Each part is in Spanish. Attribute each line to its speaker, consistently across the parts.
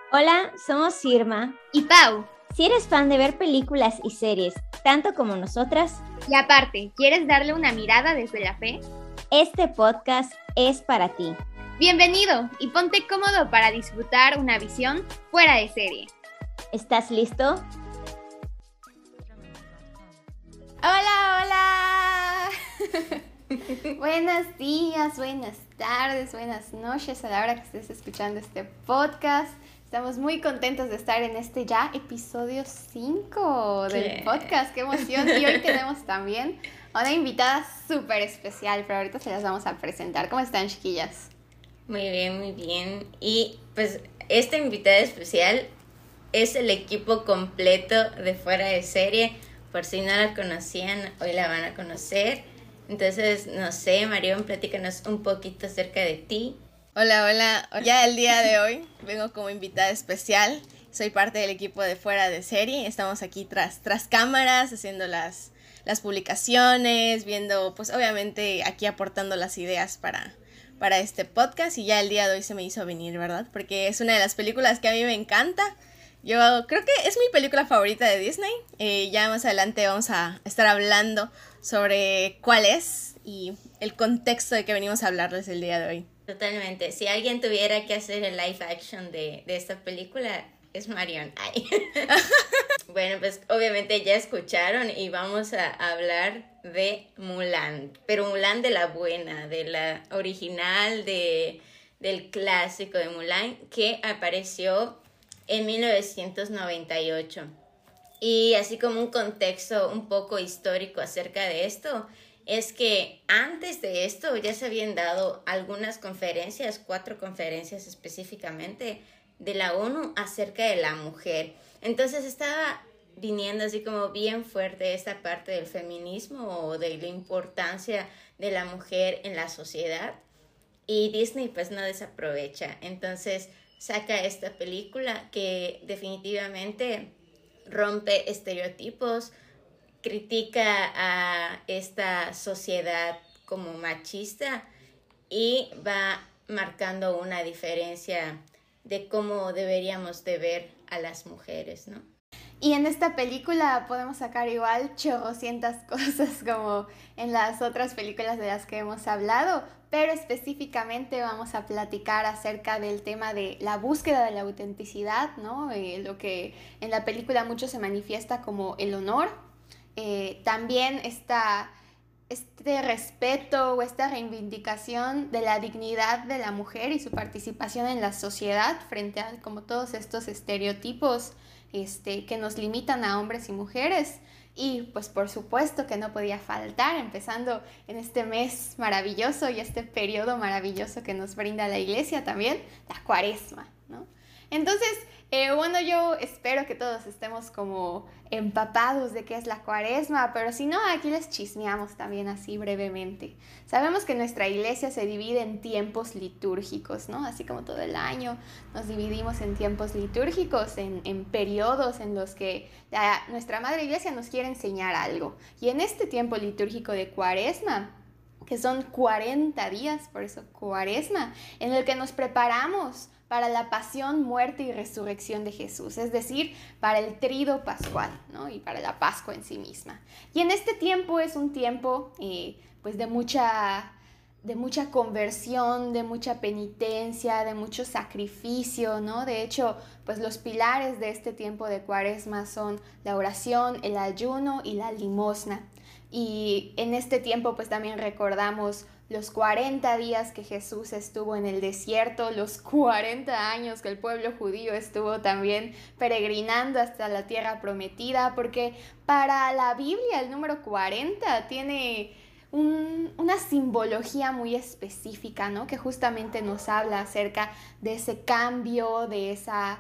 Speaker 1: Hola, somos Irma
Speaker 2: y Pau.
Speaker 1: Si eres fan de ver películas y series, tanto como nosotras,
Speaker 2: y aparte, ¿quieres darle una mirada desde la fe?
Speaker 1: Este podcast es para ti.
Speaker 2: Bienvenido y ponte cómodo para disfrutar una visión fuera de serie.
Speaker 1: ¿Estás listo?
Speaker 3: ¡Hola, hola! Buenos días, buenas tardes, buenas noches a la hora que estés escuchando este podcast. Estamos muy contentos de estar en este ya episodio 5 del podcast. ¡Qué emoción! Y hoy tenemos también a una invitada súper especial, pero ahorita se las vamos a presentar. ¿Cómo están, chiquillas?
Speaker 4: Muy bien, muy bien. Y pues esta invitada especial es el equipo completo de Fuera de Serie. Por si no la conocían, hoy la van a conocer. Entonces, no sé, Marión, platícanos un poquito acerca de ti.
Speaker 5: Hola. Ya el día de hoy vengo como invitada especial. Soy parte del equipo de Fuera de Serie. Estamos aquí tras cámaras, haciendo las publicaciones, viendo, pues obviamente aquí aportando las ideas para este podcast. Y ya el día de hoy se me hizo venir, ¿verdad? Porque es una de las películas que a mí me encanta. Yo creo que es mi película favorita de Disney. Ya más adelante vamos a estar hablando sobre cuál es y el contexto de que venimos a hablarles el día de hoy.
Speaker 4: Totalmente. Si alguien tuviera que hacer el live action de esta película, es Marion. Bueno, pues obviamente ya escucharon y vamos a hablar de Mulan. Pero Mulan de la buena, de la original, del clásico de Mulan, que apareció en 1998. Y así como un contexto un poco histórico acerca de esto, es que antes de esto ya se habían dado algunas conferencias, 4 conferencias específicamente de la ONU acerca de la mujer. Entonces estaba viniendo así como bien fuerte esta parte del feminismo o de la importancia de la mujer en la sociedad. Y Disney pues no desaprovecha. Entonces saca esta película que definitivamente rompe estereotipos, critica a esta sociedad como machista y va marcando una diferencia de cómo deberíamos de ver a las mujeres, ¿no?
Speaker 3: Y en esta película podemos sacar igual chorrocientas cosas como en las otras películas de las que hemos hablado, pero específicamente vamos a platicar acerca del tema de la búsqueda de la autenticidad, ¿no? Lo que en la película mucho se manifiesta como el honor. También este respeto o esta reivindicación de la dignidad de la mujer y su participación en la sociedad frente a como todos estos estereotipos que nos limitan a hombres y mujeres. Y pues por supuesto que no podía faltar, empezando en este mes maravilloso y este periodo maravilloso que nos brinda la iglesia también, la Cuaresma, ¿no? Entonces, bueno, yo espero que todos estemos como empapados de qué es la Cuaresma, pero si no, aquí les chismeamos también así brevemente. Sabemos que nuestra iglesia se divide en tiempos litúrgicos, ¿no? Así como todo el año nos dividimos en tiempos litúrgicos, en periodos en los que nuestra Madre Iglesia nos quiere enseñar algo. Y en este tiempo litúrgico de Cuaresma, que son 40 días, por eso Cuaresma, en el que nos preparamos para la pasión, muerte y resurrección de Jesús, es decir, para el trido pascual, ¿no? Y para la Pascua en sí misma. Y en este tiempo es un tiempo pues de mucha conversión, de mucha penitencia, de mucho sacrificio, ¿no? De hecho, pues los pilares de este tiempo de Cuaresma son la oración, el ayuno y la limosna. Y en este tiempo pues también recordamos los 40 días que Jesús estuvo en el desierto, los 40 años que el pueblo judío estuvo también peregrinando hasta la tierra prometida, porque para la Biblia el número 40 tiene una simbología muy específica, ¿no? Que justamente nos habla acerca de ese cambio, de esa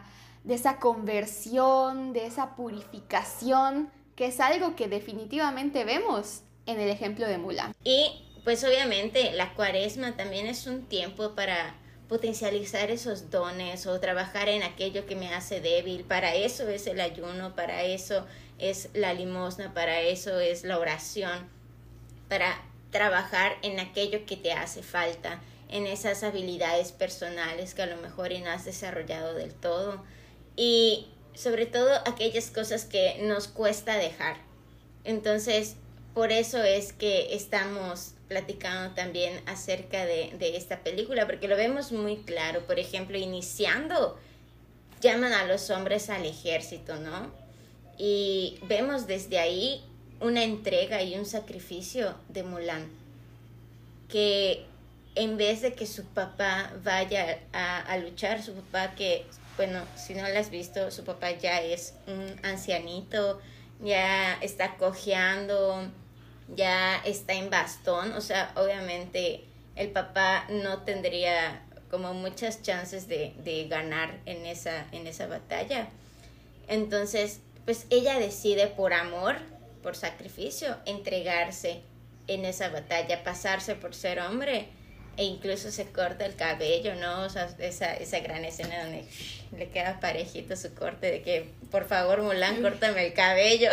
Speaker 3: conversión, de esa purificación, que es algo que definitivamente vemos en el ejemplo de Mulan.
Speaker 4: Y pues obviamente la Cuaresma también es un tiempo para potencializar esos dones o trabajar en aquello que me hace débil. Para eso es el ayuno, para eso es la limosna, para eso es la oración, para trabajar en aquello que te hace falta. en esas habilidades personales que a lo mejor no has desarrollado del todo, y sobre todo aquellas cosas que nos cuesta dejar. Entonces, por eso es que estamos platicando también acerca de esta película, porque lo vemos muy claro. Por ejemplo, iniciando, llaman a los hombres al ejército, ¿no? Y vemos desde ahí una entrega y un sacrificio de Mulan, que en vez de que su papá vaya a luchar, su papá que, bueno, si no lo has visto, su papá ya es un ancianito, ya está cojeando, ya está en bastón, o sea, obviamente el papá no tendría como muchas chances de ganar en esa batalla. Entonces, pues ella decide por amor, por sacrificio, entregarse en esa batalla, pasarse por ser hombre, e incluso se corta el cabello, ¿no? O sea, esa gran escena donde le queda parejito su corte, de que, por favor, Mulan, córtame el cabello.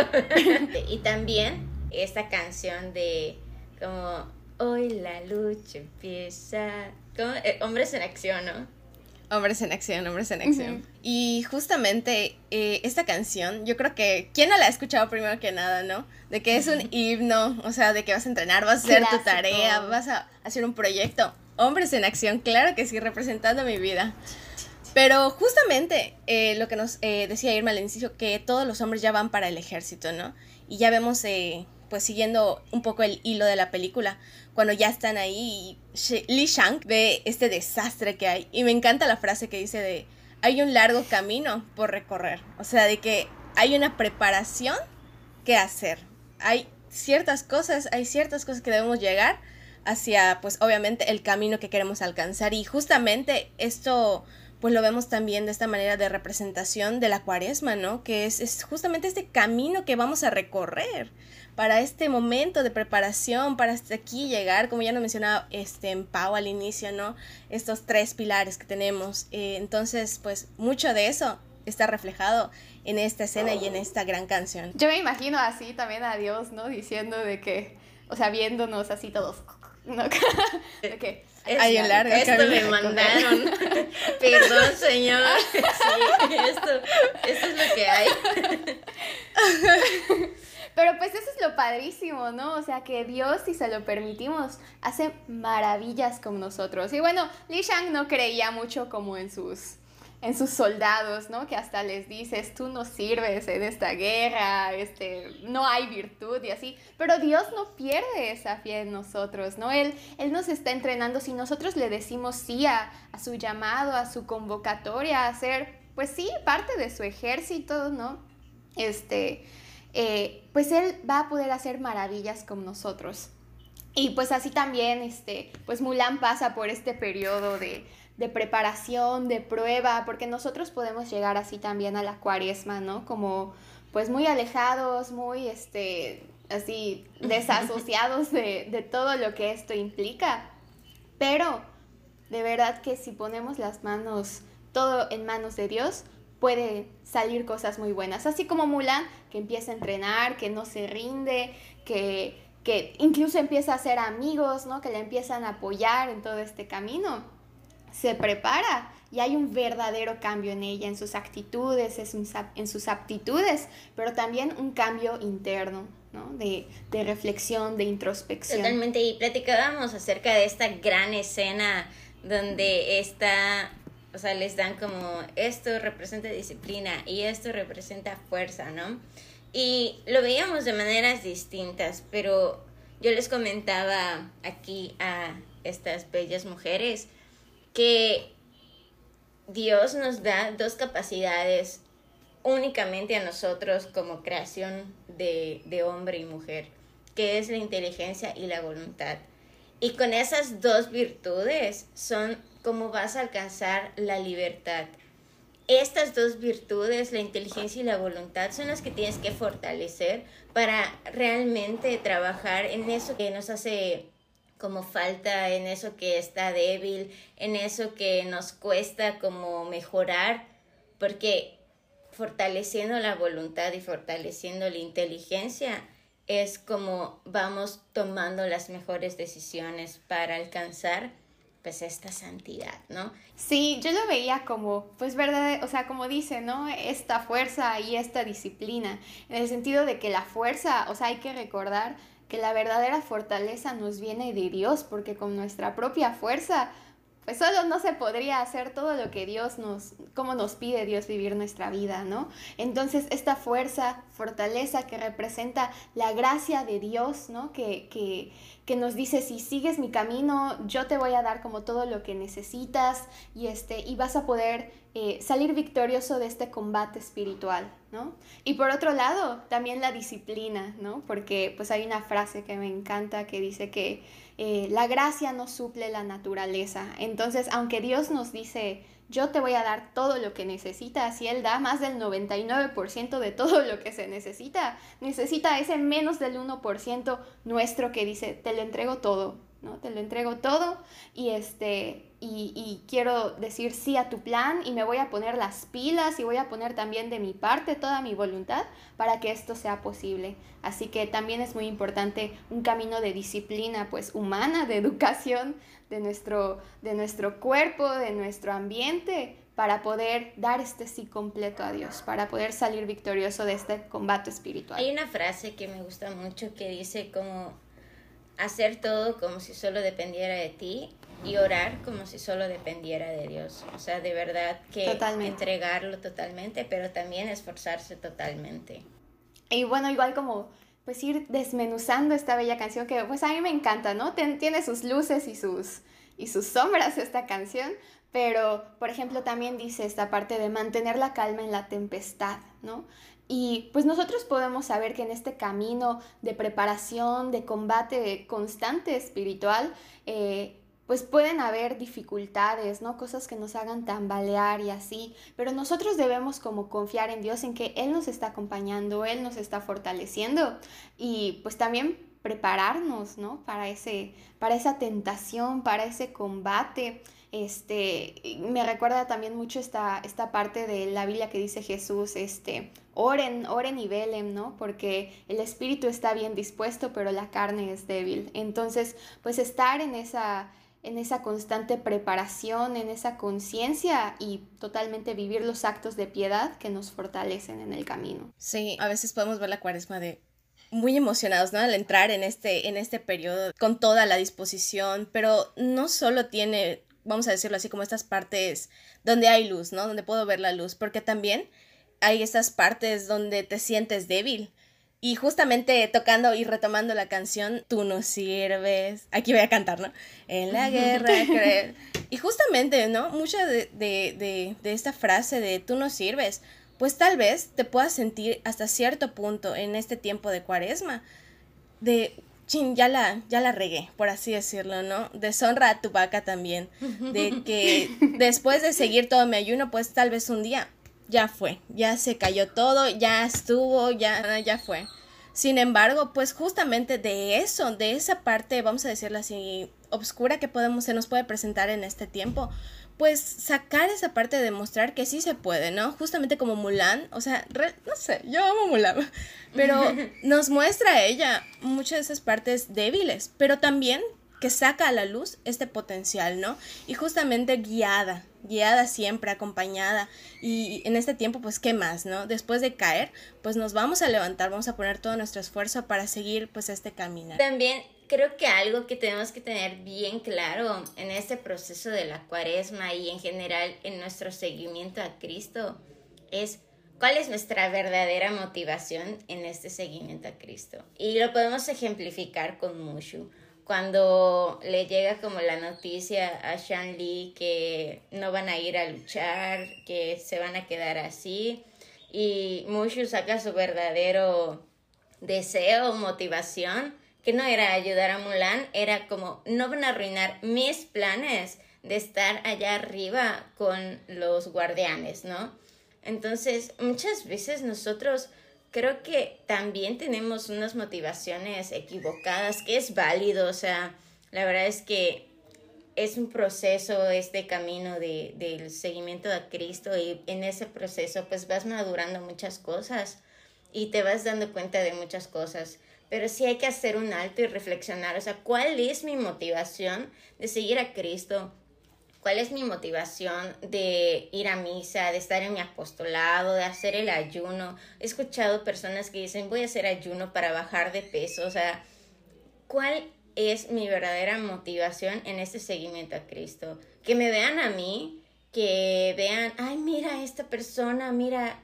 Speaker 4: Y también esta canción de como, hoy la lucha empieza, como, hombres en acción, ¿no?
Speaker 5: Hombres en acción, hombres en acción. Uh-huh. Y justamente esta canción, yo creo que, ¿quién no la ha escuchado primero que nada, no? De que es un himno, o sea, de que vas a entrenar, vas a hacer tu tarea, vas a hacer un proyecto. Hombres en acción, claro que sí, representando mi vida. Pero justamente lo que nos decía Irma al inicio, que todos los hombres ya van para el ejército, ¿no? Y ya vemos, pues siguiendo un poco el hilo de la película, cuando ya están ahí, Li Shang ve este desastre que hay. Y me encanta la frase que dice de, hay un largo camino por recorrer. O sea, de que hay una preparación que hacer. Hay ciertas cosas que debemos llegar hacia, pues obviamente, el camino que queremos alcanzar. Y justamente esto, pues lo vemos también de esta manera de representación de la Cuaresma, ¿no? Que es justamente este camino que vamos a recorrer para este momento de preparación, para hasta aquí llegar, como ya nos mencionaba en Pau al inicio, ¿no? Estos 3 pilares que tenemos. Entonces, pues, mucho de eso está reflejado en esta escena y en esta gran canción.
Speaker 3: Yo me imagino así también a Dios, ¿no? Diciendo de que, o sea, viéndonos así todos, ¿no? De que
Speaker 5: hay un largo
Speaker 4: esto
Speaker 5: camino.
Speaker 4: Me mandaron. Perdón, señor. Sí, esto es lo que hay.
Speaker 3: Pero pues eso es lo padrísimo, ¿no? O sea, que Dios, si se lo permitimos, hace maravillas con nosotros. Y bueno, Li Shang no creía mucho como en sus soldados, ¿no? Que hasta les dices, tú no sirves en esta guerra, no hay virtud y así. Pero Dios no pierde esa fe en nosotros, ¿no? Él nos está entrenando. Si nosotros le decimos sí a su llamado, a su convocatoria, a ser, pues sí, parte de su ejército, ¿no? Pues Él va a poder hacer maravillas con nosotros. Y pues así también, pues Mulan pasa por este periodo de preparación, de prueba, porque nosotros podemos llegar así también a la Cuaresma, ¿no? Como pues muy alejados, muy así desasociados de todo lo que esto implica. Pero de verdad que si ponemos las manos, todo en manos de Dios, puede salir cosas muy buenas. Así como Mulan, que empieza a entrenar, que no se rinde, que incluso empieza a hacer amigos, ¿no? Que le empiezan a apoyar en todo este camino. Se prepara y hay un verdadero cambio en ella, en sus actitudes, en sus aptitudes, pero también un cambio interno, ¿no? De reflexión, de introspección.
Speaker 4: Totalmente, y platicábamos acerca de esta gran escena donde o sea, les dan como, esto representa disciplina y esto representa fuerza, ¿no? Y lo veíamos de maneras distintas, pero yo les comentaba aquí a estas bellas mujeres que Dios nos da 2 capacidades únicamente a nosotros como creación de hombre y mujer, que es la inteligencia y la voluntad. Y con esas 2 virtudes son como vas a alcanzar la libertad. Estas 2 virtudes, la inteligencia y la voluntad, son las que tienes que fortalecer para realmente trabajar en eso que nos hace como falta, en eso que está débil, en eso que nos cuesta como mejorar, porque fortaleciendo la voluntad y fortaleciendo la inteligencia es como vamos tomando las mejores decisiones para alcanzar pues esta santidad, ¿no?
Speaker 3: Sí, yo lo veía como, pues verdad, o sea, como dice, ¿no? Esta fuerza y esta disciplina, en el sentido de que la fuerza, o sea, hay que recordar que la verdadera fortaleza nos viene de Dios, porque con nuestra propia fuerza, pues solo no se podría hacer todo lo que como nos pide Dios vivir nuestra vida, ¿no? Entonces, esta fortaleza que representa la gracia de Dios, ¿no? Que nos dice, si sigues mi camino, yo te voy a dar como todo lo que necesitas y vas a poder salir victorioso de este combate espiritual, ¿no? Y por otro lado, también la disciplina, ¿no? Porque pues hay una frase que me encanta que dice que la gracia no suple la naturaleza. Entonces, aunque Dios nos dice, yo te voy a dar todo lo que necesitas, y Él da más del 99% de todo lo que se necesita ese menos del 1% nuestro que dice, te lo entrego todo, ¿no? Te lo entrego todo y quiero decir sí a tu plan, y me voy a poner las pilas y voy a poner también de mi parte toda mi voluntad para que esto sea posible. Así que también es muy importante un camino de disciplina pues humana, de educación de nuestro cuerpo, de nuestro ambiente, para poder dar este sí completo a Dios, para poder salir victorioso de este combate espiritual.
Speaker 4: Hay una frase que me gusta mucho que dice como hacer todo como si solo dependiera de ti y orar como si solo dependiera de Dios. O sea, de verdad que entregarlo totalmente, pero también esforzarse totalmente.
Speaker 3: Y bueno, igual como pues ir desmenuzando esta bella canción que pues a mí me encanta, ¿no? Tiene sus luces y sus sombras esta canción, pero por ejemplo también dice esta parte de mantener la calma en la tempestad, ¿no? Y pues nosotros podemos saber que en este camino de preparación, de combate constante espiritual, pues pueden haber dificultades, ¿no? Cosas que nos hagan tambalear y así, pero nosotros debemos como confiar en Dios, en que Él nos está acompañando, Él nos está fortaleciendo, y pues también prepararnos, ¿no? Para esa tentación, para ese combate. Me recuerda también mucho esta parte de la Biblia que dice Jesús, oren y velen, ¿no? Porque el espíritu está bien dispuesto, pero la carne es débil. Entonces, pues estar en esa constante preparación, en esa conciencia, y totalmente vivir los actos de piedad que nos fortalecen en el camino.
Speaker 5: Sí, a veces podemos ver la Cuaresma muy emocionados, ¿no? Al entrar en este periodo con toda la disposición, pero no solo tiene, vamos a decirlo así, como estas partes donde hay luz, ¿no? Donde puedo ver la luz, porque también hay estas partes donde te sientes débil. Y justamente tocando y retomando la canción, tú no sirves, aquí voy a cantar, ¿no? En la guerra creer. Y justamente, ¿no? Mucha de esta frase de tú no sirves, pues tal vez te puedas sentir hasta cierto punto en este tiempo de Cuaresma de, chin, ya la regué, por así decirlo, ¿no? Deshonra a tu vaca también, de que después de seguir todo mi ayuno, pues tal vez un día ya fue, ya se cayó todo, ya estuvo, ya fue. Sin embargo, pues justamente de esa parte, vamos a decirlo así, obscura que se nos puede presentar en este tiempo, pues sacar esa parte de demostrar que sí se puede, ¿no? Justamente como Mulan, o sea, no sé, yo amo Mulan, pero nos muestra a ella muchas de esas partes débiles, pero también que saca a la luz este potencial, ¿no? Y justamente guiada siempre, acompañada, y en este tiempo, pues, ¿qué más, no? Después de caer, pues nos vamos a levantar, vamos a poner todo nuestro esfuerzo para seguir, pues, este camino.
Speaker 4: También creo que algo que tenemos que tener bien claro en este proceso de la Cuaresma y en general en nuestro seguimiento a Cristo es cuál es nuestra verdadera motivación en este seguimiento a Cristo. Y lo podemos ejemplificar con Mushu. Cuando le llega como la noticia a Shan Li que no van a ir a luchar, que se van a quedar así, y Mushu saca su verdadero deseo, motivación, que no era ayudar a Mulan, era como, no van a arruinar mis planes de estar allá arriba con los guardianes, ¿no? Entonces, muchas veces nosotros creo que también tenemos unas motivaciones equivocadas, que es válido, o sea, la verdad es que es un proceso, este camino del seguimiento a Cristo, y en ese proceso pues vas madurando muchas cosas y te vas dando cuenta de muchas cosas, pero sí hay que hacer un alto y reflexionar, o sea, ¿cuál es mi motivación de seguir a Cristo? ¿Cuál es mi motivación de ir a misa, de estar en mi apostolado, de hacer el ayuno? He escuchado personas que dicen, voy a hacer ayuno para bajar de peso. O sea, ¿cuál es mi verdadera motivación en este seguimiento a Cristo? Que me vean a mí, que vean, ay, mira esta persona, mira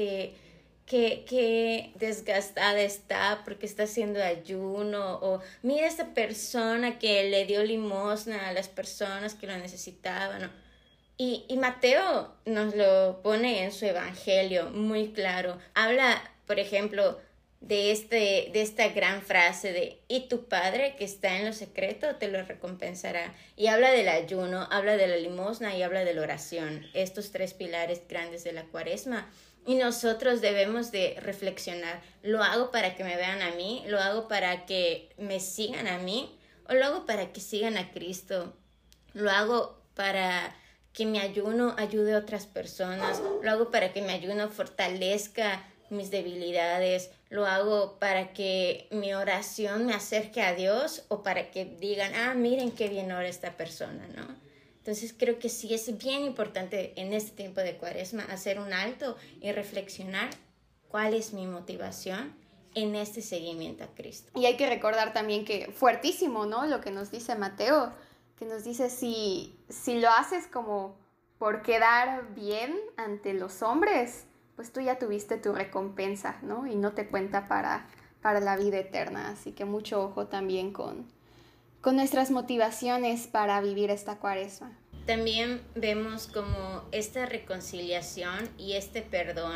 Speaker 4: que desgastada está porque está haciendo ayuno, o mira esta persona que le dio limosna a las personas que lo necesitaban, ¿no? Y Mateo nos lo pone en su evangelio muy claro. Habla, por ejemplo, de esta gran frase de, y tu Padre que está en lo secreto te lo recompensará. Y habla del ayuno, habla de la limosna y habla de la oración, estos 3 pilares grandes de la Cuaresma. Y nosotros debemos de reflexionar, ¿lo hago para que me vean a mí? ¿Lo hago para que me sigan a mí? ¿O lo hago para que sigan a Cristo? ¿Lo hago para que mi ayuno ayude a otras personas? ¿Lo hago para que mi ayuno fortalezca mis debilidades? ¿Lo hago para que mi oración me acerque a Dios? ¿O para que digan, ah, miren qué bien ora esta persona, ¿no? Entonces creo que sí es bien importante en este tiempo de Cuaresma hacer un alto y reflexionar cuál es mi motivación en este seguimiento a Cristo.
Speaker 3: Y hay que recordar también que fuertísimo, ¿no? Lo que nos dice Mateo, que nos dice si lo haces como por quedar bien ante los hombres, pues tú ya tuviste tu recompensa, ¿no? Y no te cuenta para la vida eterna. Así que mucho ojo también con nuestras motivaciones para vivir esta Cuaresma.
Speaker 4: También vemos como esta reconciliación y este perdón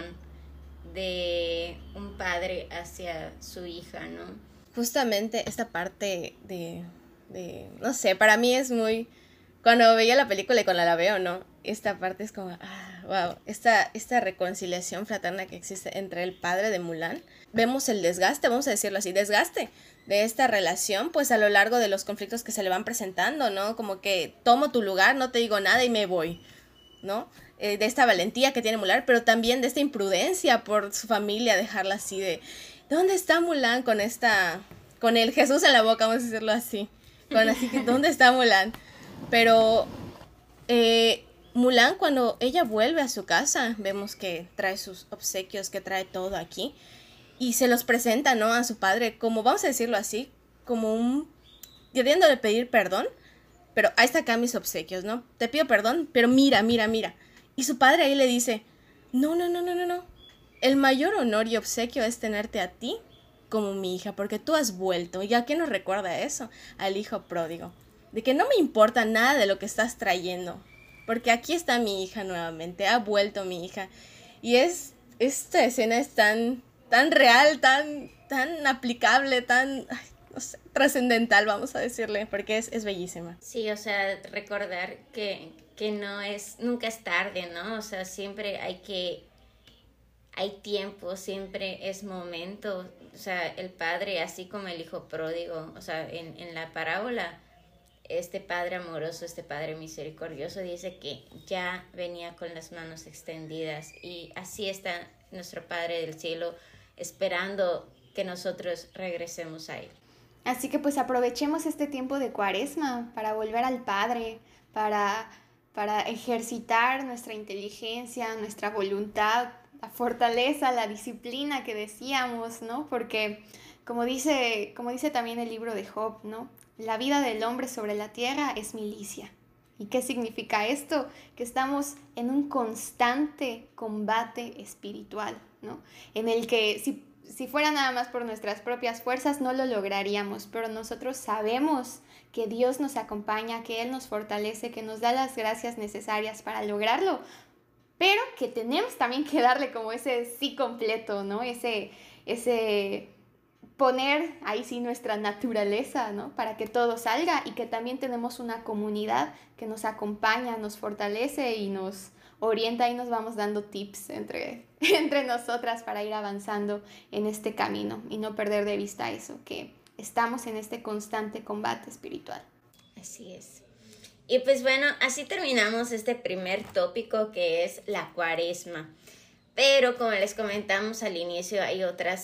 Speaker 4: de un padre hacia su hija, ¿no?
Speaker 5: Justamente esta parte de no sé, para mí es muy... Cuando veía la película y cuando la veo, ¿no? Esta parte es como, wow, esta reconciliación fraterna que existe entre el padre de Mulan. Vemos el desgaste, vamos a decirlo así, desgaste de esta relación, pues a lo largo de los conflictos que se le van presentando, ¿no? Como que tomo tu lugar, no te digo nada y me voy, ¿no? De esta valentía que tiene Mulan, pero también de esta imprudencia por su familia, dejarla así de, ¿dónde está Mulan con el Jesús en la boca, vamos a decirlo así? Así que, ¿dónde está Mulan? Pero Mulan, cuando ella vuelve a su casa, vemos que trae sus obsequios, que trae todo aquí, y se los presenta, ¿no? A su padre, como, vamos a decirlo así, como queriéndole pedir perdón, pero ahí está acá mis obsequios, ¿no? Te pido perdón, pero mira. Y su padre ahí le dice, no. El mayor honor y obsequio es tenerte a ti como mi hija, porque tú has vuelto. ¿Y a qué nos recuerda eso? Al hijo pródigo. De que no me importa nada de lo que estás trayendo, porque aquí está mi hija nuevamente, ha vuelto mi hija. Y esta escena es tan real, tan aplicable, tan, no sé, trascendental, vamos a decirle, porque es bellísima.
Speaker 4: Sí, o sea, recordar que nunca es tarde, ¿no? O sea, siempre hay tiempo, siempre es momento. O sea, el padre, así como el hijo pródigo, o sea, en la parábola, este padre amoroso, este padre misericordioso dice que ya venía con las manos extendidas, y así está nuestro Padre del cielo esperando que nosotros regresemos a él.
Speaker 3: Así que pues aprovechemos este tiempo de Cuaresma para volver al Padre, para ejercitar nuestra inteligencia, nuestra voluntad, la fortaleza, la disciplina que decíamos, ¿no? Porque como dice también el libro de Job, ¿no? La vida del hombre sobre la tierra es milicia. ¿Y qué significa esto? Que estamos en un constante combate espiritual, ¿no? En el que si fuera nada más por nuestras propias fuerzas no lo lograríamos, pero nosotros sabemos que Dios nos acompaña, que Él nos fortalece, que nos da las gracias necesarias para lograrlo, pero que tenemos también que darle como ese sí completo, ¿no? Ese poner ahí sí nuestra naturaleza, ¿no? Para que todo salga, y que también tenemos una comunidad que nos acompaña, nos fortalece y nos orienta, y nos vamos dando tips entre nosotras para ir avanzando en este camino y no perder de vista eso, que estamos en este constante combate espiritual.
Speaker 4: Así es. Y pues bueno, así terminamos este primer tópico, que es la Cuaresma. Pero como les comentamos al inicio, hay otras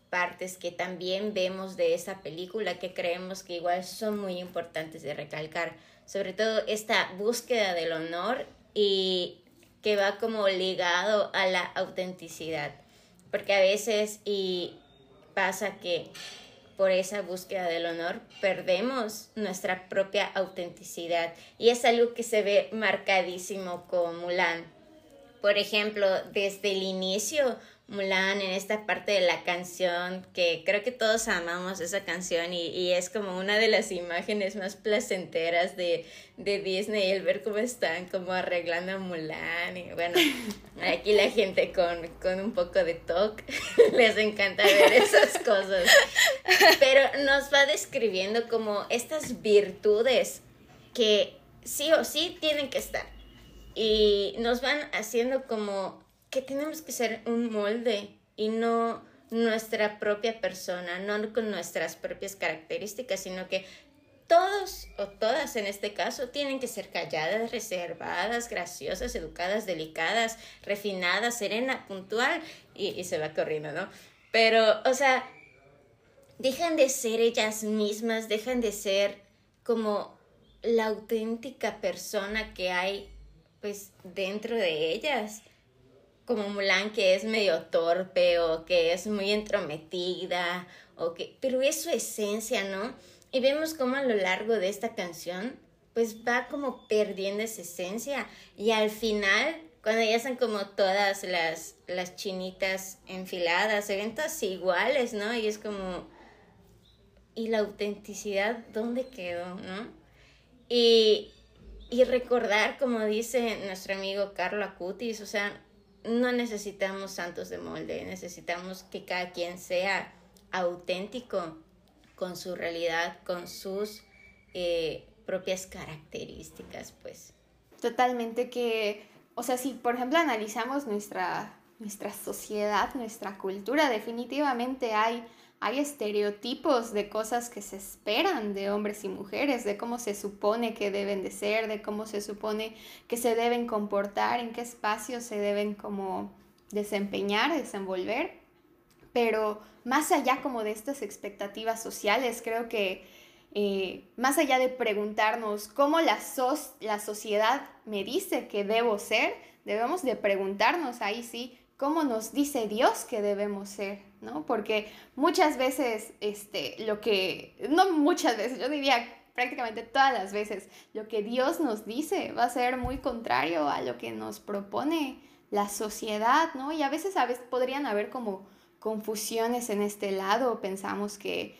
Speaker 4: partes que también vemos de esa película que creemos que igual son muy importantes de recalcar, sobre todo esta búsqueda del honor y que va como ligado a la autenticidad, porque a veces y pasa que por esa búsqueda del honor perdemos nuestra propia autenticidad y es algo que se ve marcadísimo con Mulan. Por ejemplo, desde el inicio, Mulan en esta parte de la canción, que creo que todos amamos esa canción y es como una de las imágenes más placenteras de Disney, el ver cómo están como arreglando a Mulan. Y bueno, aquí la gente con un poco de TOC les encanta ver esas cosas. Pero nos va describiendo como estas virtudes que sí o sí tienen que estar. Y nos van haciendo como que tenemos que ser un molde y no nuestra propia persona, no con nuestras propias características, sino que todos o todas en este caso tienen que ser calladas, reservadas, graciosas, educadas, delicadas, refinadas, serena, puntual y se va corriendo, ¿no? Pero, o sea, dejan de ser ellas mismas, dejan de ser como la auténtica persona que hay pues dentro de ellas, como Mulan, que es medio torpe o que es muy entrometida, pero es su esencia, ¿no? Y vemos cómo a lo largo de esta canción pues va como perdiendo esa esencia y al final, cuando ya están como todas las chinitas enfiladas, se ven todas iguales, ¿no? Y es como, ¿y la autenticidad dónde quedó, no? Y recordar, como dice nuestro amigo Carlo Acutis, o sea, no necesitamos santos de molde, necesitamos que cada quien sea auténtico con su realidad, con sus propias características, pues.
Speaker 3: Totalmente que, o sea, si por ejemplo analizamos nuestra sociedad, nuestra cultura, definitivamente hay estereotipos de cosas que se esperan de hombres y mujeres, de cómo se supone que deben de ser, de cómo se supone que se deben comportar, en qué espacios se deben como desempeñar, desenvolver. Pero más allá como de estas expectativas sociales, creo que más allá de preguntarnos cómo la sociedad me dice que debo ser, debemos de preguntarnos ahí sí, cómo nos dice Dios que debemos ser, ¿no? Porque muchas veces, no muchas veces, yo diría prácticamente todas las veces, lo que Dios nos dice va a ser muy contrario a lo que nos propone la sociedad, ¿no? Y a veces podrían haber como confusiones en este lado, pensamos que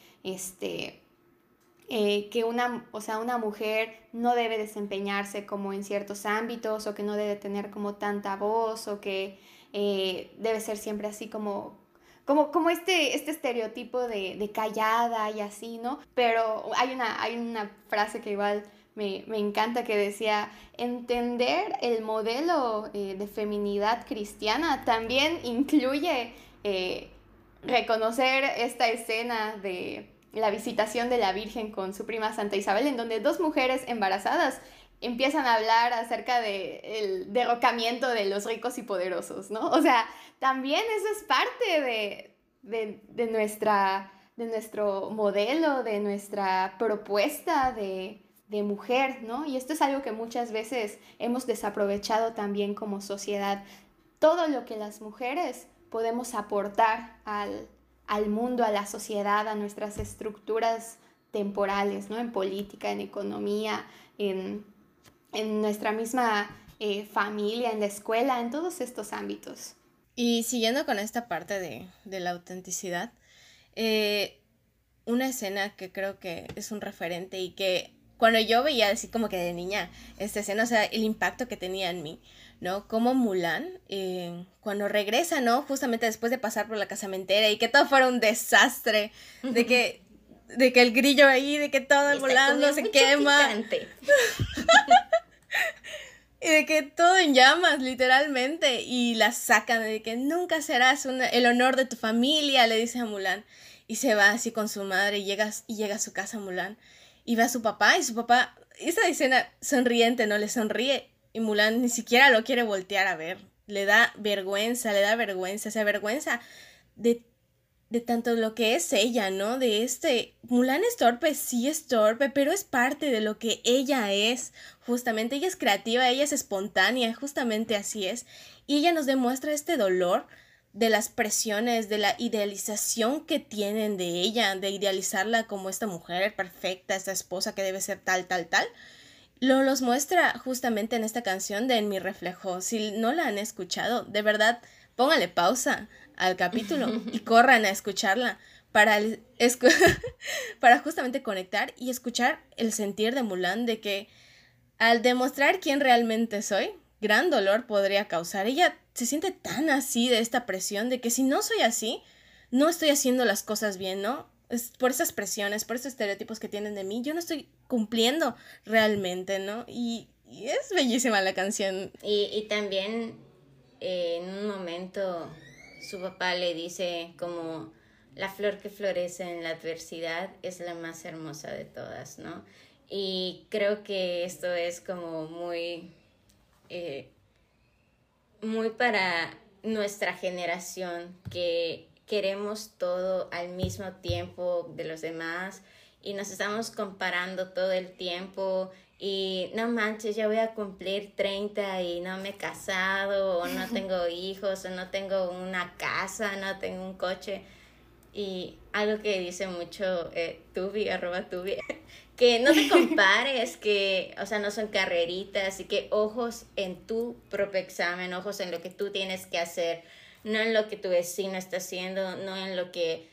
Speaker 3: una mujer no debe desempeñarse como en ciertos ámbitos o que no debe tener como tanta voz o que debe ser siempre así como este estereotipo de callada y así, ¿no? Pero hay una frase que igual me encanta que decía, entender el modelo de feminidad cristiana también incluye reconocer esta escena de la visitación de la Virgen con su prima Santa Isabel, en donde dos mujeres embarazadas empiezan a hablar acerca del derrocamiento de los ricos y poderosos, ¿no? O sea, también eso es parte de nuestro modelo, de nuestra propuesta de mujer, ¿no? Y esto es algo que muchas veces hemos desaprovechado también como sociedad. Todo lo que las mujeres podemos aportar al mundo, a la sociedad, a nuestras estructuras temporales, ¿no? En política, en economía, en nuestra misma familia, en la escuela, en todos estos ámbitos.
Speaker 5: Y siguiendo con esta parte de la autenticidad, una escena que creo que es un referente y que cuando yo veía así como que de niña esta escena, o sea, el impacto que tenía en mí, ¿no? Como Mulan, cuando regresa, ¿no? Justamente después de pasar por la casamentera y que todo fuera un desastre, de que el grillo ahí, de que todo volando se quema. Y de que todo en llamas, literalmente, y la sacan de que nunca serás el honor de tu familia, le dice a Mulan, y se va así con su madre y llega a su casa Mulan, y ve a su papá, y su papá, esa escena sonriente, ¿no? Le sonríe, y Mulan ni siquiera lo quiere voltear a ver, le da vergüenza, se avergüenza de de tanto lo que es ella, ¿no? Mulan es torpe, sí es torpe, pero es parte de lo que ella es, justamente. Ella es creativa, ella es espontánea, justamente así es. Y ella nos demuestra este dolor de las presiones, de la idealización que tienen de ella, de idealizarla como esta mujer perfecta, esta esposa que debe ser tal, tal, tal. Los muestra justamente en esta canción de En mi reflejo. Si no la han escuchado, de verdad, póngale pausa al capítulo y corran a escucharla para justamente conectar y escuchar el sentir de Mulan, de que al demostrar quién realmente soy, gran dolor podría causar. Ella se siente tan así de esta presión de que si no soy así, no estoy haciendo las cosas bien, ¿no? Es por esas presiones, por esos estereotipos que tienen de mí, yo no estoy cumpliendo realmente, ¿no? Y es bellísima la canción.
Speaker 4: Y también en un momento su papá le dice como la flor que florece en la adversidad es la más hermosa de todas, ¿no? Y creo que esto es como muy para nuestra generación, que queremos todo al mismo tiempo de los demás y nos estamos comparando todo el tiempo y no manches, ya voy a cumplir 30 y no me he casado o no tengo hijos o no tengo una casa, no tengo un coche. Y algo que dice mucho Tubi, @Tubi, que no te compares, que, o sea, no son carreritas y que ojos en tu propio examen, ojos en lo que tú tienes que hacer, no en lo que tu vecino está haciendo, no en lo que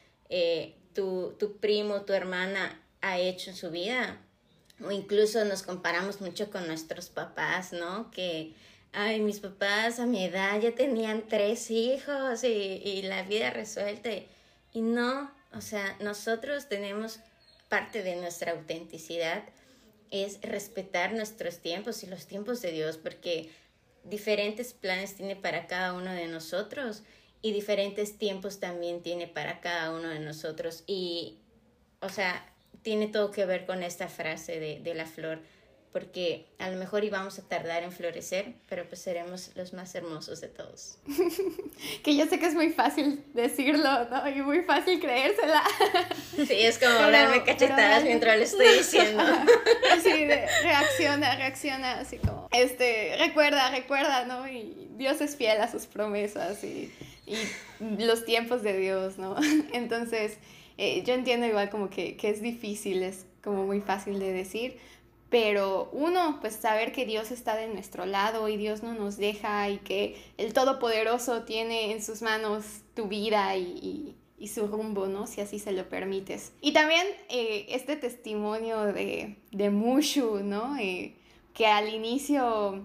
Speaker 4: tu primo, tu hermana ha hecho en su vida. O incluso nos comparamos mucho con nuestros papás, ¿no? Que, ay, mis papás a mi edad ya tenían 3 hijos y la vida resuelta. Y no, o sea, nosotros tenemos parte de nuestra autenticidad es respetar nuestros tiempos y los tiempos de Dios, porque diferentes planes tiene para cada uno de nosotros y diferentes tiempos también tiene para cada uno de nosotros. Y, o sea, tiene todo que ver con esta frase de la flor, porque a lo mejor íbamos a tardar en florecer, pero pues seremos los más hermosos de todos.
Speaker 3: Que yo sé que es muy fácil decirlo, ¿no? Y muy fácil creérsela.
Speaker 4: Sí, es como darme cachetadas mientras lo estoy diciendo.
Speaker 3: Así de reacciona, así como, recuerda, ¿no? Y Dios es fiel a sus promesas y los tiempos de Dios, ¿no? Entonces, yo entiendo igual como que es difícil, es como muy fácil de decir, pero uno, pues saber que Dios está de nuestro lado y Dios no nos deja y que el Todopoderoso tiene en sus manos tu vida y su rumbo, ¿no? Si así se lo permites. Y también este testimonio de Mushu, ¿no? Que al inicio,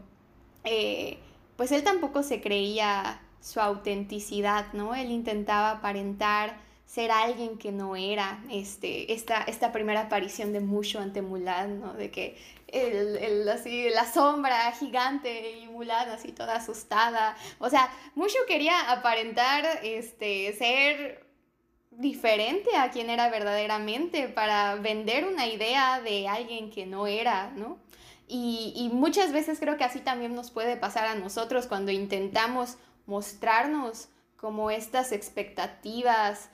Speaker 3: pues él tampoco se creía su autenticidad, ¿no? Él intentaba aparentar ser alguien que no era. Esta primera aparición de Mushu ante Mulan, ¿no? De que así, la sombra gigante y Mulan así toda asustada. O sea, Mushu quería aparentar ser diferente a quien era verdaderamente para vender una idea de alguien que no era, ¿no? Y muchas veces creo que así también nos puede pasar a nosotros cuando intentamos mostrarnos como estas expectativas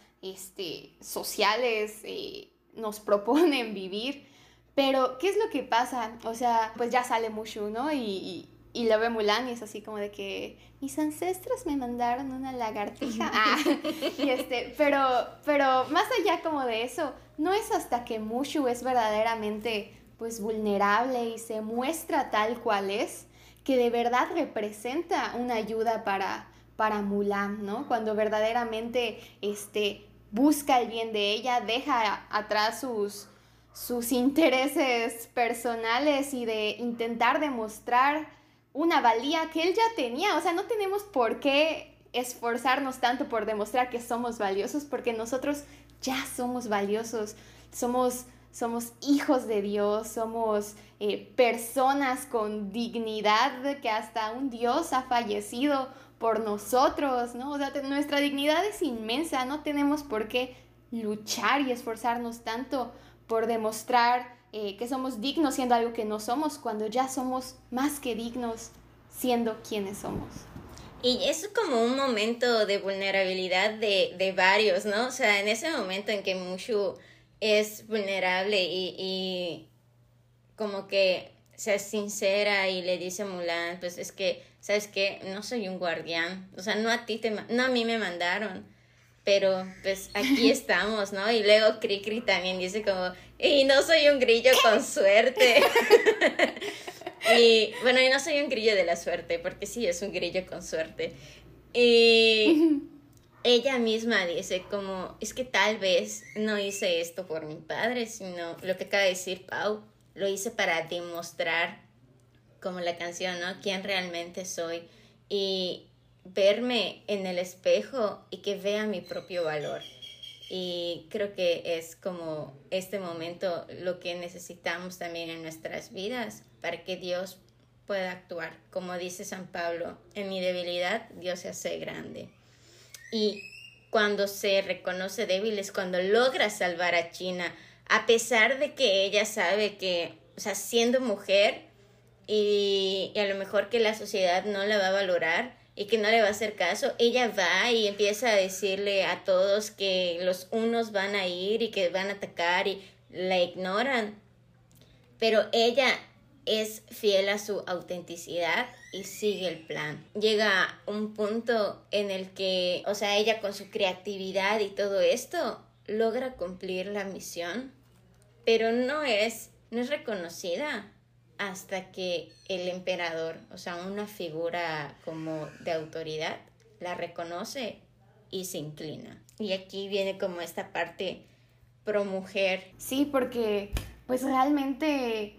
Speaker 3: sociales nos proponen vivir. Pero, ¿qué es lo que pasa? O sea, pues ya sale Mushu, ¿no? Y lo ve Mulan y es así como de que mis ancestros me mandaron una lagartija. Pero más allá como de eso, no es hasta que Mushu es verdaderamente pues vulnerable y se muestra tal cual es, que de verdad representa una ayuda para Mulan, ¿no? Cuando verdaderamente busca el bien de ella, deja atrás sus intereses personales y de intentar demostrar una valía que él ya tenía. O sea, no tenemos por qué esforzarnos tanto por demostrar que somos valiosos, porque nosotros ya somos valiosos, somos hijos de Dios, somos personas con dignidad, que hasta un Dios ha fallecido por nosotros, ¿no? O sea, nuestra dignidad es inmensa, no tenemos por qué luchar y esforzarnos tanto por demostrar que somos dignos siendo algo que no somos, cuando ya somos más que dignos siendo quienes somos.
Speaker 4: Y es como un momento de vulnerabilidad de varios, ¿no? O sea, en ese momento en que Mushu es vulnerable y como que sea sincera y le dice a Mulan, pues es que, ¿sabes qué? No soy un guardián. O sea, no a mí me mandaron. Pero pues aquí estamos, ¿no? Y luego Cricri también dice como, y no soy un grillo con suerte. Y bueno, y no soy un grillo de la suerte, porque sí es un grillo con suerte. Y ella misma dice como, es que tal vez no hice esto por mi padre, sino lo que acaba de decir Pau, lo hice para demostrar, como la canción, ¿no? Quién realmente soy. Y verme en el espejo y que vea mi propio valor. Y creo que es como este momento lo que necesitamos también en nuestras vidas para que Dios pueda actuar. Como dice San Pablo, en mi debilidad Dios se hace grande. Y cuando se reconoce débil es cuando logra salvar a China, a pesar de que ella sabe que, o sea, siendo mujer y a lo mejor que la sociedad no la va a valorar y que no le va a hacer caso, ella va y empieza a decirle a todos que los unos van a ir y que van a atacar y la ignoran. Pero ella es fiel a su autenticidad y sigue el plan. Llega un punto en el que, o sea, ella con su creatividad y todo esto logra cumplir la misión, pero no es reconocida hasta que el emperador, o sea, una figura como de autoridad, la reconoce y se inclina. Y aquí viene como esta parte pro mujer.
Speaker 3: Sí, porque pues realmente,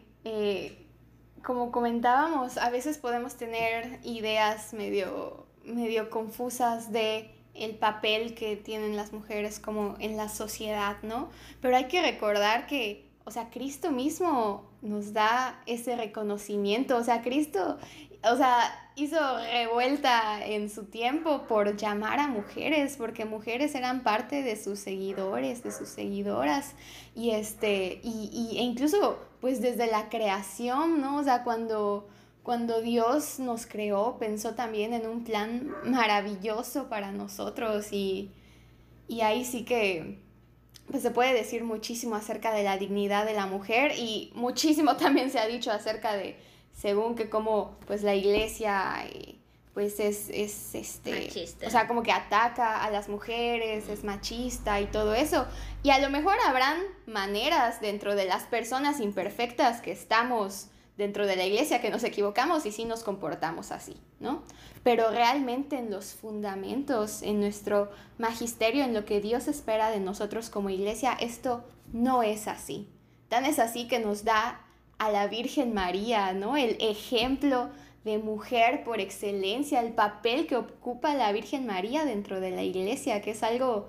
Speaker 3: como comentábamos, a veces podemos tener ideas medio confusas de el papel que tienen las mujeres como en la sociedad, ¿no? Pero hay que recordar que, o sea, Cristo mismo nos da ese reconocimiento. O sea, Cristo, o sea, hizo revuelta en su tiempo por llamar a mujeres, porque mujeres eran parte de sus seguidores, de sus seguidoras, y e incluso pues desde la creación, ¿no? O sea, cuando Dios nos creó, pensó también en un plan maravilloso para nosotros, y ahí sí que pues se puede decir muchísimo acerca de la dignidad de la mujer, y muchísimo también se ha dicho acerca de, según que como pues la iglesia pues es
Speaker 4: machista.
Speaker 3: O sea, como que ataca a las mujeres, es machista y todo eso. Y a lo mejor habrán maneras dentro de las personas imperfectas que estamos dentro de la iglesia que nos equivocamos y sí nos comportamos así, ¿no? Pero realmente en los fundamentos, en nuestro magisterio, en lo que Dios espera de nosotros como iglesia, esto no es así. Tan es así que nos da a la Virgen María, ¿no? El ejemplo de mujer por excelencia, el papel que ocupa la Virgen María dentro de la iglesia, que es algo,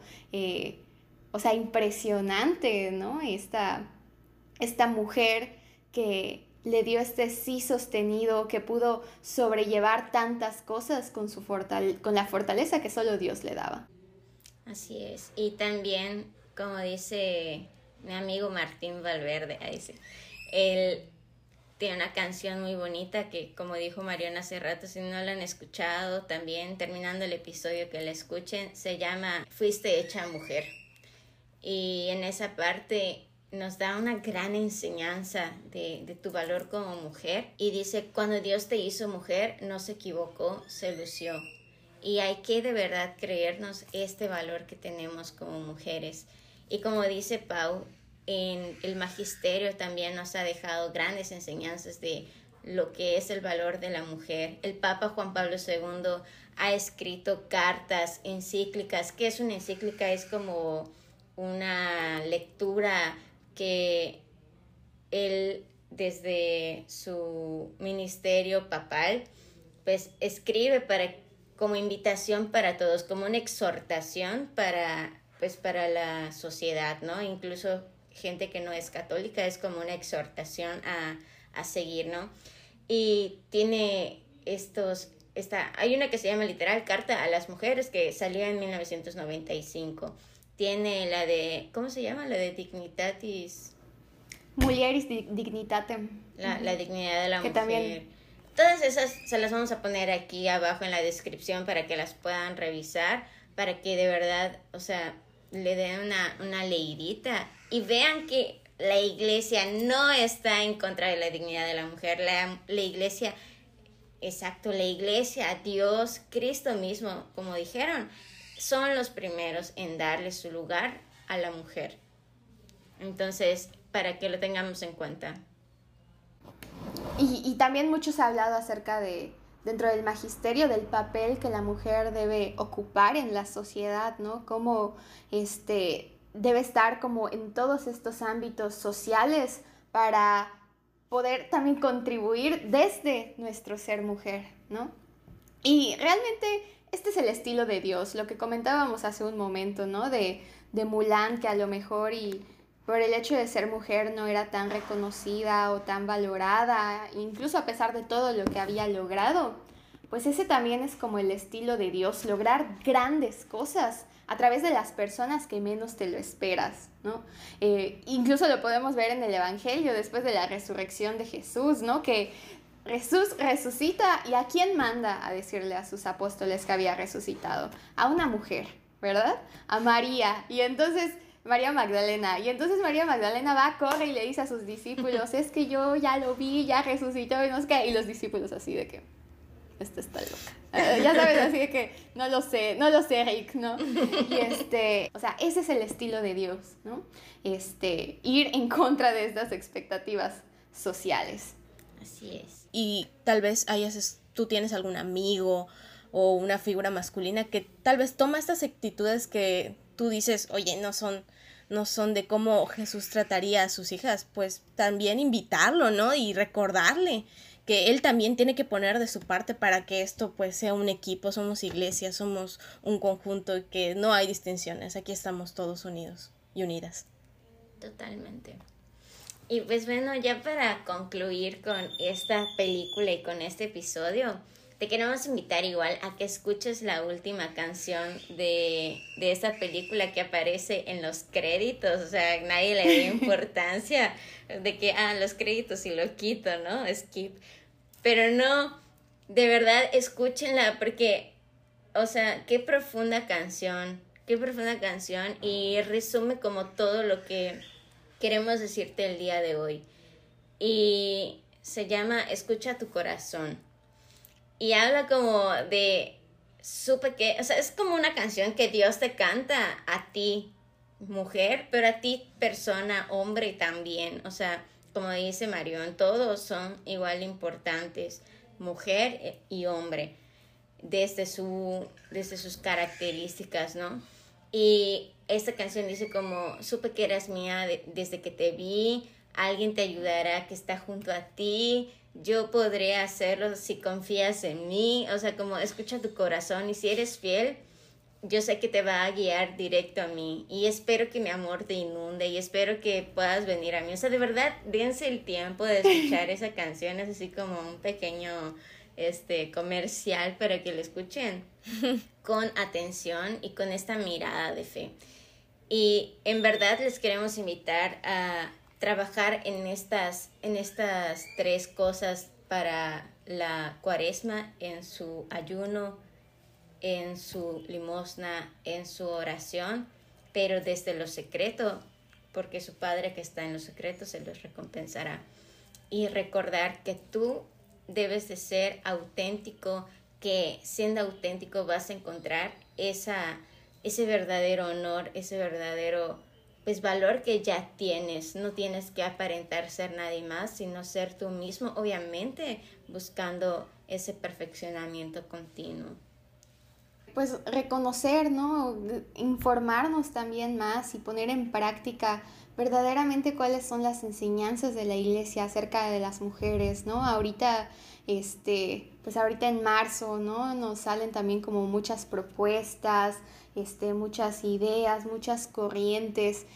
Speaker 3: o sea, impresionante, ¿no? Esta mujer que le dio este sí sostenido, que pudo sobrellevar tantas cosas con la fortaleza que solo Dios le daba.
Speaker 4: Así es. Y también, como dice mi amigo Martín Valverde, él tiene una canción muy bonita que, como dijo Mariana hace rato, si no la han escuchado, también terminando el episodio que la escuchen, se llama Fuiste hecha mujer. Y en esa parte nos da una gran enseñanza de tu valor como mujer. Y dice, cuando Dios te hizo mujer, no se equivocó, se lució. Y hay que de verdad creernos este valor que tenemos como mujeres. Y como dice Pau, en el magisterio también nos ha dejado grandes enseñanzas de lo que es el valor de la mujer. El Papa Juan Pablo II ha escrito cartas, encíclicas. ¿Qué es una encíclica? Es como una lectura que él, desde su ministerio papal, pues escribe como invitación para todos, como una exhortación para la sociedad, ¿no? Incluso gente que no es católica, es como una exhortación a seguir, ¿no? Y tiene hay una que se llama literal Carta a las Mujeres, que salió en 1995. Tiene la de, ¿cómo se llama? La de Dignitatis.
Speaker 3: Mulieris Dignitatem.
Speaker 4: La dignidad de la
Speaker 3: que
Speaker 4: mujer.
Speaker 3: También
Speaker 4: Todas esas se las vamos a poner aquí abajo en la descripción para que las puedan revisar, para que de verdad, o sea, le den una leidita y vean que la iglesia no está en contra de la dignidad de la mujer. La iglesia, exacto, la iglesia, Dios, Cristo mismo, como dijeron, son los primeros en darle su lugar a la mujer. Entonces, para que lo tengamos en cuenta.
Speaker 3: Y también mucho se ha hablado acerca de, dentro del magisterio, del papel que la mujer debe ocupar en la sociedad, ¿no? Cómo debe estar como en todos estos ámbitos sociales para poder también contribuir desde nuestro ser mujer, ¿no? Y realmente este es el estilo de Dios, lo que comentábamos hace un momento, ¿no? De Mulan, que a lo mejor y por el hecho de ser mujer no era tan reconocida o tan valorada, incluso a pesar de todo lo que había logrado, pues ese también es como el estilo de Dios, lograr grandes cosas a través de las personas que menos te lo esperas, ¿no? Incluso lo podemos ver en el Evangelio después de la resurrección de Jesús, ¿no? Que Jesús resucita, ¿y a quién manda a decirle a sus apóstoles que había resucitado? A una mujer, ¿verdad? A María. Y entonces María Magdalena. Y entonces María Magdalena va, corre y le dice a sus discípulos, es que yo ya lo vi, ya resucitó y no sé qué. Y los discípulos así de que, esta está loca. Ya sabes, así de que, no lo sé, Rick, ¿no? Y o sea, ese es el estilo de Dios, ¿no? Ir en contra de estas expectativas sociales.
Speaker 4: Así es.
Speaker 5: Y tal vez tú tienes algún amigo o una figura masculina que tal vez toma estas actitudes que tú dices, oye, no son de cómo Jesús trataría a sus hijas, pues también invitarlo, ¿no? Y recordarle que él también tiene que poner de su parte para que esto pues sea un equipo, somos iglesia, somos un conjunto y que no hay distinciones, aquí estamos todos unidos y unidas.
Speaker 4: Totalmente. Y pues bueno, ya para concluir con esta película y con este episodio, te queremos invitar igual a que escuches la última canción de esta película que aparece en los créditos. O sea, nadie le dio importancia de que, los créditos y lo quito, ¿no? Skip. Pero no, de verdad, escúchenla porque, o sea, qué profunda canción y resume como todo lo que queremos decirte el día de hoy. Y se llama Escucha tu corazón. Y habla como de, o sea, es como una canción que Dios te canta a ti, mujer, pero a ti, persona, hombre también. O sea, como dice Marión, todos son igual importantes, mujer y hombre, desde sus características, ¿no? Y esta canción dice como, supe que eras mía desde que te vi, alguien te ayudará que está junto a ti, yo podré hacerlo si confías en mí. O sea, como escucha tu corazón y si eres fiel, yo sé que te va a guiar directo a mí y espero que mi amor te inunde y espero que puedas venir a mí. O sea, de verdad, dense el tiempo de escuchar esa canción, es así como un pequeño comercial para que lo escuchen con atención y con esta mirada de fe. Y en verdad les queremos invitar a trabajar en estas 3 cosas para la Cuaresma, en su ayuno, en su limosna, en su oración, pero desde lo secreto, porque su Padre que está en lo secreto se los recompensará. Y recordar que tú debes de ser auténtico, que siendo auténtico vas a encontrar ese verdadero honor, ese verdadero pues valor que ya tienes. No tienes que aparentar ser nadie más, sino ser tú mismo, obviamente buscando ese perfeccionamiento continuo.
Speaker 3: Pues reconocer, ¿no? Informarnos también más y poner en práctica verdaderamente cuáles son las enseñanzas de la iglesia acerca de las mujeres, ¿no? Ahorita, pues ahorita en marzo, ¿no? Nos salen también como muchas propuestas, muchas ideas, muchas corrientes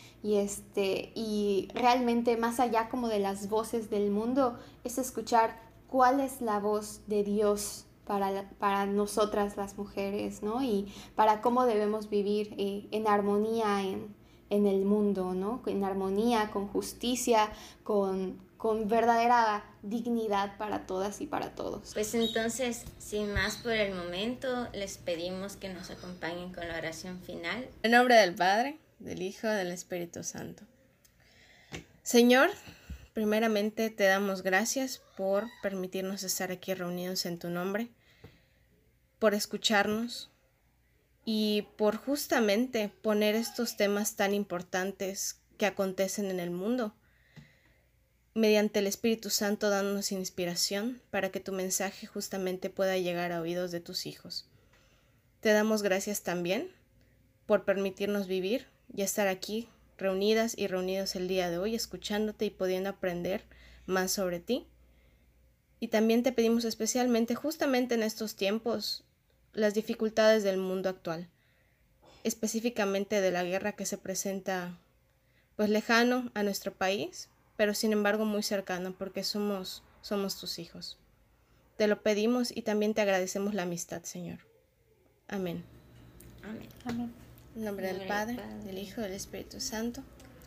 Speaker 3: y realmente más allá como de las voces del mundo es escuchar cuál es la voz de Dios para nosotras las mujeres, ¿no? Y para cómo debemos vivir en armonía en el mundo, ¿no? En armonía, con justicia, con con verdadera dignidad para todas y para todos.
Speaker 4: Pues entonces, sin más por el momento, les pedimos que nos acompañen con la oración final.
Speaker 5: En nombre del Padre, del Hijo, del Espíritu Santo. Señor, primeramente te damos gracias por permitirnos estar aquí reunidos en tu nombre, por escucharnos y por justamente poner estos temas tan importantes que acontecen en el mundo, mediante el Espíritu Santo dándonos inspiración para que tu mensaje justamente pueda llegar a oídos de tus hijos. Te damos gracias también por permitirnos vivir y estar aquí reunidas y reunidos el día de hoy, escuchándote y pudiendo aprender más sobre ti. Y también te pedimos especialmente, justamente en estos tiempos, las dificultades del mundo actual, específicamente de la guerra que se presenta pues lejano a nuestro país, pero sin embargo muy cercano porque somos tus hijos. Te lo pedimos y también te agradecemos la amistad, Señor. Amén.
Speaker 4: Amén.
Speaker 3: Amén.
Speaker 5: En nombre del Padre, del Hijo y del Espíritu Santo.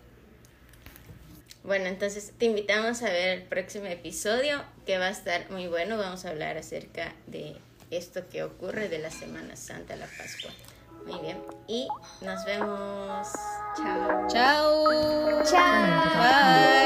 Speaker 4: Bueno, entonces te invitamos a ver el próximo episodio, que va a estar muy bueno. Vamos a hablar acerca de esto que ocurre de la Semana Santa, la Pascua. Muy bien. Y nos vemos. Chao.
Speaker 5: Chao.
Speaker 3: Chao.
Speaker 5: Bye.